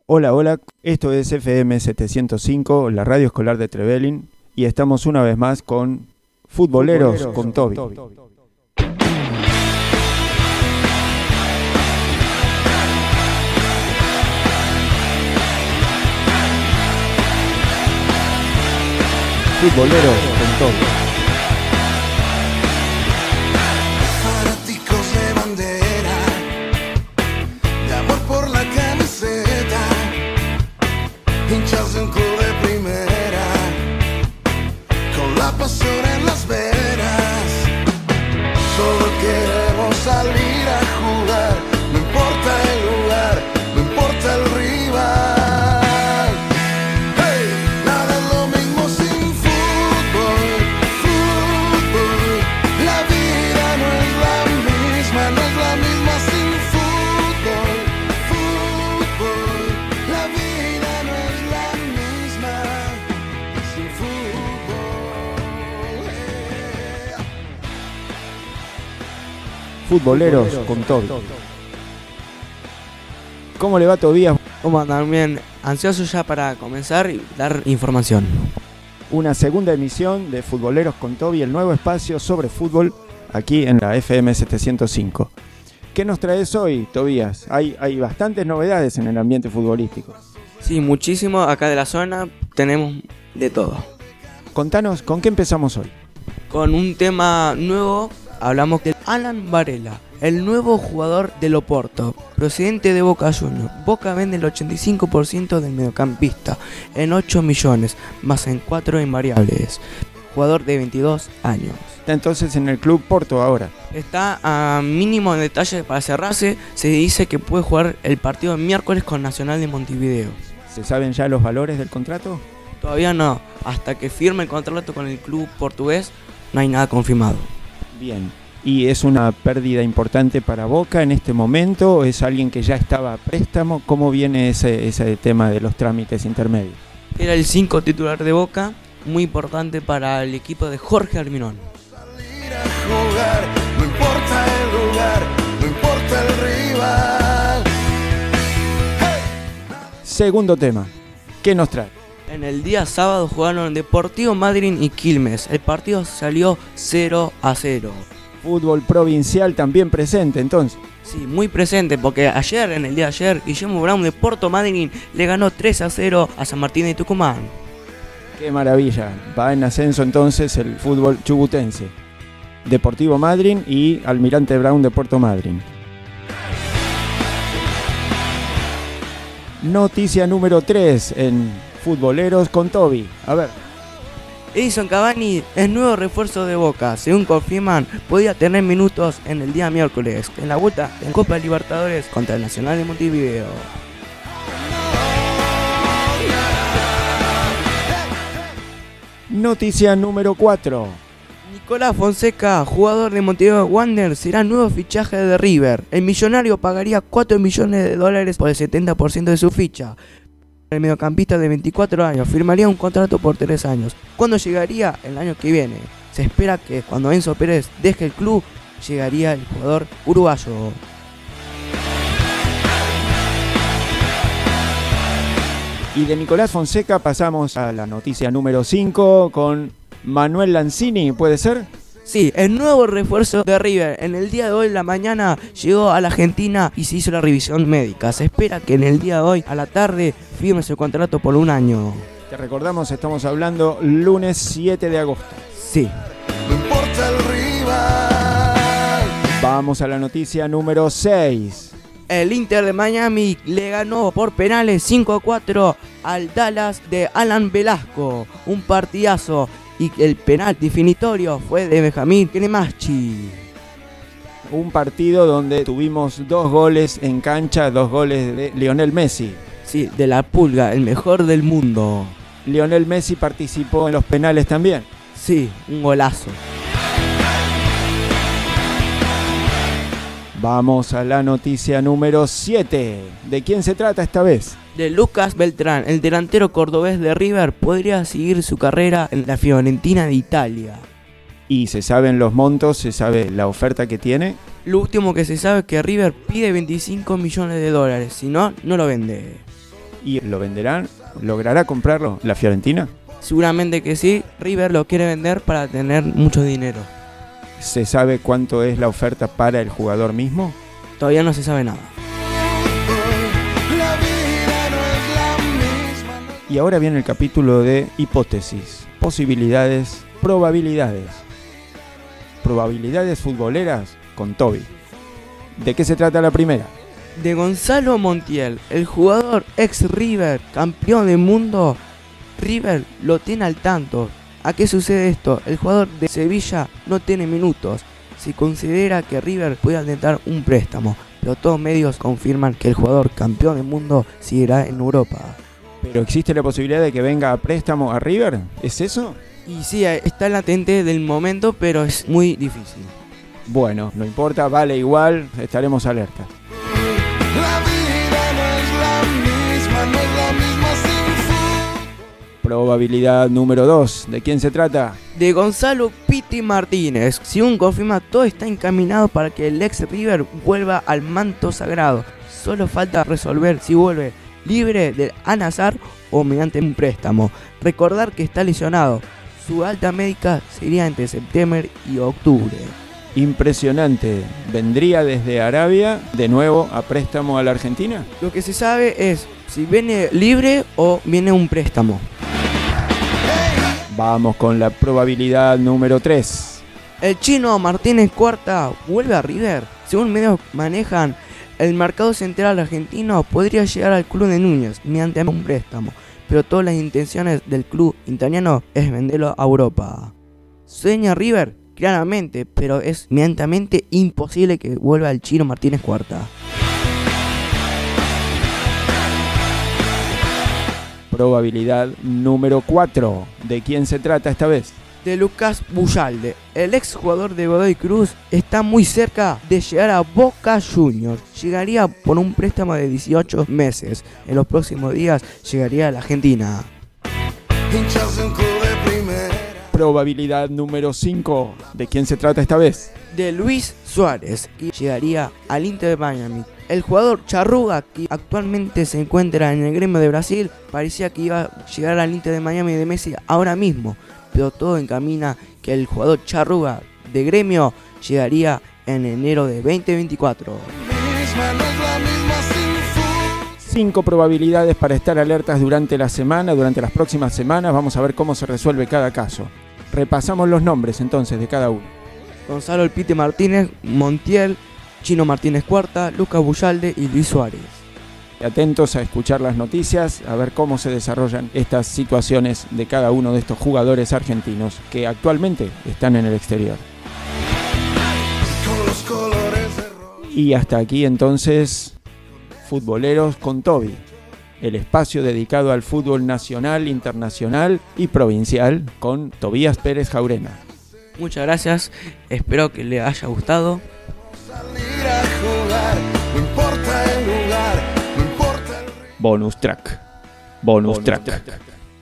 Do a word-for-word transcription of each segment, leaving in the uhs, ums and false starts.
Hola, hola, esto es F M setecientos cinco, la radio escolar de Trevelin, y estamos una vez más con Futboleros, Futboleros con Toby. Futboleros con Toby. Fanáticos de bandera, de amor por la camiseta, hinchas de un club de primera, con la pasión en las venas. Solo queremos salir a jugar, no importa el lugar, no importa el rival. Futboleros con Toby. ¿Cómo le va, Tobías? ¿Cómo andan? Bien, ansioso ya para comenzar y dar información. Una segunda emisión de Futboleros con Toby, el nuevo espacio sobre fútbol aquí en la F M setecientos cinco. ¿Qué nos traes hoy, Tobías? Hay, hay bastantes novedades en el ambiente futbolístico. Sí, muchísimo. Acá de la zona tenemos de todo. Contanos, ¿con qué empezamos hoy? Con un tema nuevo. Hablamos de Alan Varela, el nuevo jugador del Oporto, procedente de Boca Juniors. Boca vende el ochenta y cinco por ciento del mediocampista en ocho millones, más en cuatro invariables. Jugador de veintidós años. Está entonces en el club Porto ahora. Está a mínimo en detalle para cerrarse. Se dice que puede jugar el partido el miércoles con Nacional de Montevideo. ¿Se saben ya los valores del contrato? Todavía no. Hasta que firme el contrato con el club portugués, no hay nada confirmado. Bien, ¿y es una pérdida importante para Boca en este momento? ¿Es alguien que ya estaba a préstamo? ¿Cómo viene ese, ese tema de los trámites intermedios? Era el cinco titular de Boca, muy importante para el equipo de Jorge Arminón. Salir a jugar, no importa el lugar, no importa el rival. Hey. Segundo tema, ¿qué nos trae? En el día sábado jugaron Deportivo Madryn y Quilmes. El partido salió cero a cero. Fútbol provincial también presente, entonces. Sí, muy presente, porque ayer, en el día de ayer, Guillermo Brown de Porto Madryn le ganó tres a cero a San Martín de Tucumán. ¡Qué maravilla! Va en ascenso entonces el fútbol chubutense. Deportivo Madryn y Almirante Brown de Puerto Madryn. Noticia número tres en Futboleros con Toby. A ver. Edison Cavani es nuevo refuerzo de Boca. Según confirman, podía tener minutos en el día miércoles, en la vuelta en Copa Libertadores contra el Nacional de Montevideo. Noticia número cuatro. Nicolás Fonseca, jugador de Montevideo Wanderers, será nuevo fichaje de River. El millonario pagaría cuatro millones de dólares por el setenta por ciento de su ficha. El mediocampista de veinticuatro años firmaría un contrato por tres años. ¿Cuándo llegaría? El año que viene. Se espera que cuando Enzo Pérez deje el club, llegaría el jugador uruguayo. Y de Nicolás Fonseca pasamos a la noticia número cinco con Manuel Lanzini, ¿puede ser? Sí, el nuevo refuerzo de River. En el día de hoy, en la mañana, llegó a la Argentina y se hizo la revisión médica. Se espera que en el día de hoy, a la tarde, firme su contrato por un año. Te recordamos, estamos hablando lunes siete de agosto. Sí. No importa el rival. Vamos a la noticia número seis. El Inter de Miami le ganó por penales cinco a cuatro al Dallas de Alan Velasco. Un partidazo. Y el penal definitorio fue de Benjamín Cremaschi. Un partido donde tuvimos dos goles en cancha, dos goles de Lionel Messi. Sí, de la Pulga, el mejor del mundo. Lionel Messi participó en los penales también. Sí, un golazo. Vamos a la noticia número siete. ¿De quién se trata esta vez? De Lucas Beltrán, el delantero cordobés de River, podría seguir su carrera en la Fiorentina de Italia. ¿Y se saben los montos? ¿Se sabe la oferta que tiene? Lo último que se sabe es que River pide veinticinco millones de dólares, si no, no lo vende. ¿Y lo venderán? ¿Logrará comprarlo la Fiorentina? Seguramente que sí, River lo quiere vender para tener mucho dinero. ¿Se sabe cuánto es la oferta para el jugador mismo? Todavía no se sabe nada. Y ahora viene el capítulo de hipótesis, posibilidades, probabilidades. Probabilidades futboleras con Toby. ¿De qué se trata la primera? De Gonzalo Montiel, el jugador ex River, campeón del mundo. River lo tiene al tanto. ¿A qué sucede esto? El jugador de Sevilla no tiene minutos. Se considera que River puede intentar un préstamo, pero todos medios confirman que el jugador campeón del mundo seguirá en Europa. ¿Pero existe la posibilidad de que venga a préstamo a River? ¿Es eso? Y sí, está latente del momento, pero es muy difícil. Bueno, no importa, vale igual, estaremos alertas. La vida no es la misma, no es la misma sin fútbol. Probabilidad número dos. ¿De quién se trata? De Gonzalo Piti Martínez. Según confirma, todo está encaminado para que el ex River vuelva al manto sagrado. Solo falta resolver si vuelve libre del Al-Nassr o mediante un préstamo. Recordar que está lesionado. Su alta médica sería entre septiembre y octubre. Impresionante. ¿Vendría desde Arabia de nuevo a préstamo a la Argentina? Lo que se sabe es si viene libre o viene un préstamo. Vamos con la probabilidad número tres. El chino Martínez Cuarta vuelve a River. Según medios manejan, el mercado central argentino podría llegar al club de Núñez mediante un préstamo, pero todas las intenciones del club italiano es venderlo a Europa. ¿Sueña River? Claramente, pero es medianamente imposible que vuelva el chino Martínez Cuarta. Probabilidad número cuatro. ¿De quién se trata esta vez? De Lucas Bujalde. El ex jugador de Godoy Cruz está muy cerca de llegar a Boca Juniors. Llegaría por un préstamo de dieciocho meses. En los próximos días llegaría a la Argentina. Hinchas de un club de primera. Probabilidad número cinco. ¿De quién se trata esta vez? De Luis Suárez, que llegaría al Inter de Miami. El jugador Charrúa, que actualmente se encuentra en el Gremio de Brasil, parecía que iba a llegar al Inter de Miami de Messi ahora mismo, pero todo encamina que el jugador Charrúa de Gremio llegaría en enero de veinte veinticuatro. Misma no es la misma sin fútbol. Cinco probabilidades para estar alertas durante la semana, durante las próximas semanas. Vamos a ver cómo se resuelve cada caso. Repasamos los nombres entonces de cada uno. Gonzalo El Piti Martínez, Montiel, Chino Martínez Cuarta, Lucas Bujalde y Luis Suárez. Atentos a escuchar las noticias, a ver cómo se desarrollan estas situaciones de cada uno de estos jugadores argentinos que actualmente están en el exterior. Con los colores de rojo. Y hasta aquí entonces, Futboleros con Toby, el espacio dedicado al fútbol nacional, internacional y provincial con Tobías Pérez Jaurena. Muchas gracias, espero que les haya gustado. Salir a jugar, no importa el lugar, no importa el ritmo. Bonus track. Bonus, Bonus track. track.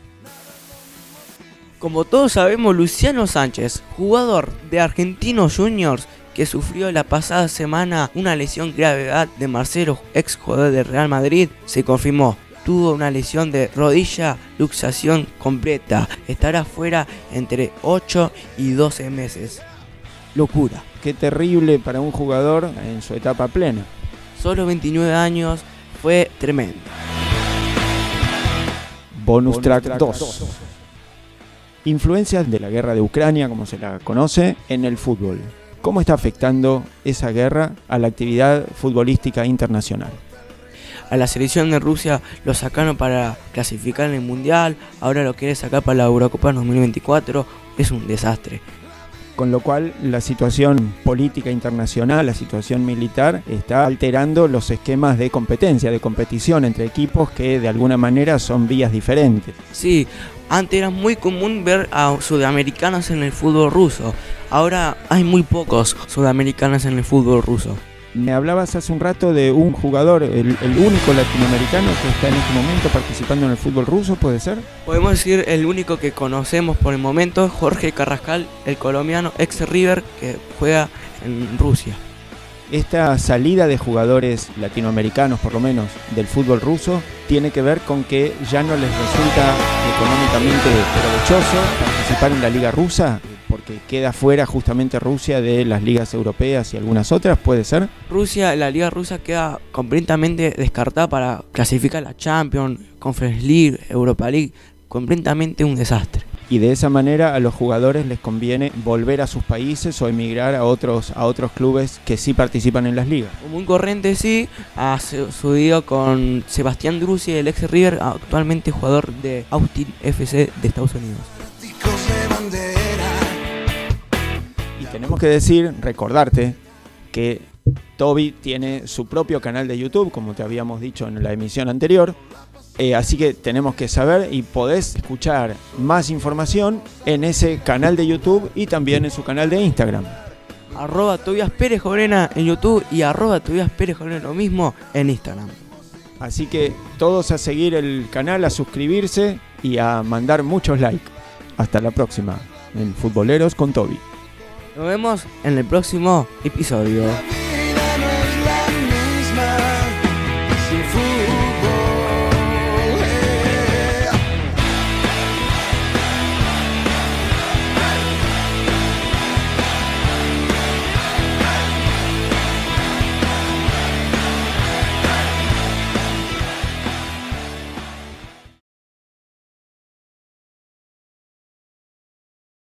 Como todos sabemos, Luciano Sánchez, jugador de Argentinos Juniors, que sufrió la pasada semana una lesión gravedad de Marcelo, ex jugador de Real Madrid, se confirmó. Tuvo una lesión de rodilla, luxación completa. Estará fuera entre ocho y doce meses. Locura. Qué terrible para un jugador en su etapa plena. Solo veintinueve años, fue tremendo. Bonus, Bonus track, track dos. Influencias de la guerra de Ucrania, como se la conoce, en el fútbol. ¿Cómo está afectando esa guerra a la actividad futbolística internacional? A la selección de Rusia lo sacaron para clasificar en el Mundial, ahora lo quiere sacar para la Eurocopa dos mil veinticuatro, es un desastre. Con lo cual la situación política internacional, la situación militar, está alterando los esquemas de competencia, de competición entre equipos que de alguna manera son vías diferentes. Sí, antes era muy común ver a sudamericanos en el fútbol ruso, ahora hay muy pocos sudamericanos en el fútbol ruso. Me hablabas hace un rato de un jugador, el, el único latinoamericano que está en este momento participando en el fútbol ruso, ¿puede ser? Podemos decir el único que conocemos por el momento, Jorge Carrascal, el colombiano ex River que juega en Rusia. Esta salida de jugadores latinoamericanos, por lo menos, del fútbol ruso, tiene que ver con que ya no les resulta económicamente provechoso participar en la liga rusa, porque queda fuera justamente Rusia de las ligas europeas y algunas otras, ¿puede ser? Rusia, la liga rusa queda completamente descartada para clasificar a la Champions, Conference League, Europa League, completamente un desastre. Y de esa manera a los jugadores les conviene volver a sus países o emigrar a otros, a otros clubes que sí participan en las ligas. Muy corriente sí, ha sucedido con Sebastián Drussi, el ex River, actualmente jugador de Austin F C de Estados Unidos. Y tenemos que decir, recordarte, que Toby tiene su propio canal de YouTube, como te habíamos dicho en la emisión anterior. Eh, así que tenemos que saber y podés escuchar más información en ese canal de YouTube y también en su canal de Instagram. Arroba Tobias Pérez Jobrena en YouTube y arroba Tobias Pérez Jobrena lo mismo en Instagram. Así que todos a seguir el canal, a suscribirse y a mandar muchos likes. Hasta la próxima en Futboleros con Toby. Nos vemos en el próximo episodio.